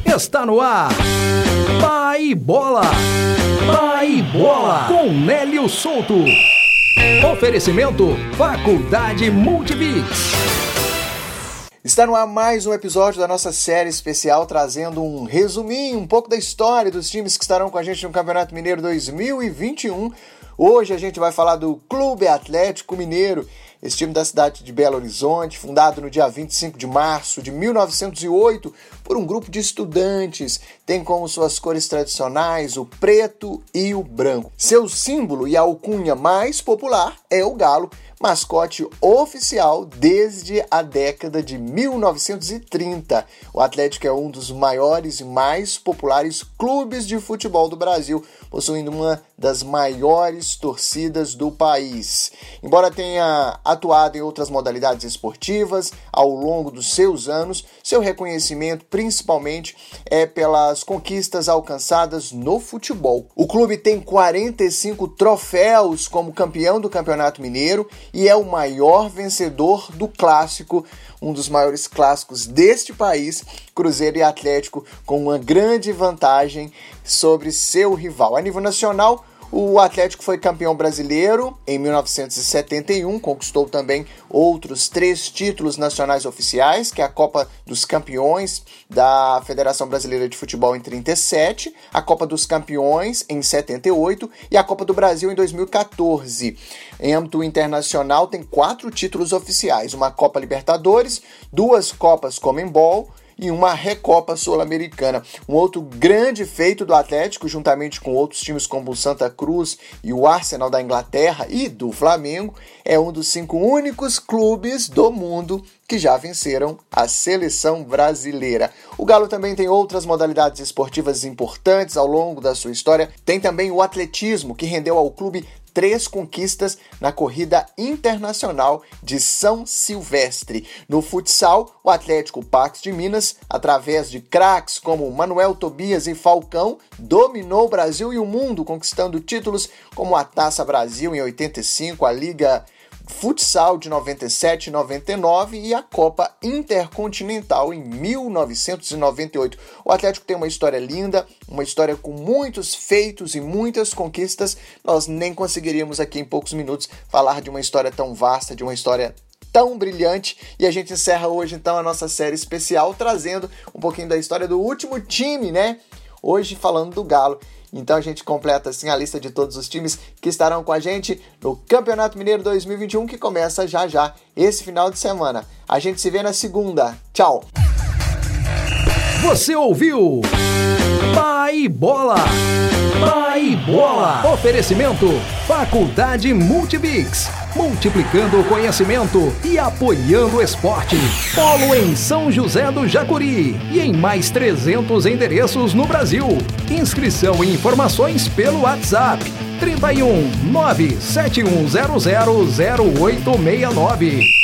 Está no ar, Pai Bola, Pai Bola, com Nélio Souto. Oferecimento, Faculdade Multibix. Está no ar mais um episódio da nossa série especial, trazendo um resuminho, um pouco da história dos times que estarão com a gente no Campeonato Mineiro 2021. Hoje a gente vai falar do Clube Atlético Mineiro, esse time da cidade de Belo Horizonte, fundado no dia 25 de março de 1908 por um grupo de estudantes. Tem como suas cores tradicionais o preto e o branco. Seu símbolo e alcunha mais popular é o galo, mascote oficial desde a década de 1930. O Atlético é um dos maiores e mais populares clubes de futebol do Brasil, possuindo uma das maiores torcidas do país. Embora tenha atuado em outras modalidades esportivas ao longo dos seus anos, seu reconhecimento principalmente é pelas conquistas alcançadas no futebol. O clube tem 45 troféus como campeão do Campeonato Mineiro e é o maior vencedor do clássico, um dos maiores clássicos deste país, Cruzeiro e Atlético, com uma grande vantagem sobre seu rival. A nível nacional, o Atlético foi campeão brasileiro em 1971, conquistou também outros 3 títulos nacionais oficiais, que é a Copa dos Campeões da Federação Brasileira de Futebol em 37, a Copa dos Campeões em 78 e a Copa do Brasil em 2014. Em âmbito internacional, tem 4 títulos oficiais, uma Copa Libertadores, 2 Copas Conmebol e uma Recopa Sul-Americana. Um outro grande feito do Atlético, juntamente com outros times como o Santa Cruz e o Arsenal da Inglaterra e do Flamengo, é um dos 5 únicos clubes do mundo que já venceram a seleção brasileira. O Galo também tem outras modalidades esportivas importantes ao longo da sua história. Tem também o atletismo, que rendeu ao clube 3 conquistas na corrida internacional de São Silvestre. No futsal, o Atlético Pax de Minas, através de craques como Manuel Tobias e Falcão, dominou o Brasil e o mundo, conquistando títulos como a Taça Brasil em 85, a Liga Futsal de 97 e 99 e a Copa Intercontinental em 1998. O Atlético tem uma história linda, uma história com muitos feitos e muitas conquistas. Nós nem conseguiríamos aqui em poucos minutos falar de uma história tão vasta, de uma história tão brilhante, e a gente encerra hoje então a nossa série especial trazendo um pouquinho da história do último time, né? Hoje falando do Galo. Então a gente completa assim a lista de todos os times que estarão com a gente no Campeonato Mineiro 2021, que começa já esse final de semana. A gente se vê na segunda. Tchau! Você ouviu Pai Bola, Pai Bola. Oferecimento, Faculdade Multibix, multiplicando o conhecimento e apoiando o esporte. Polo em São José do Jacuri e em mais 300 endereços no Brasil. Inscrição e informações pelo WhatsApp 31 97100 0869.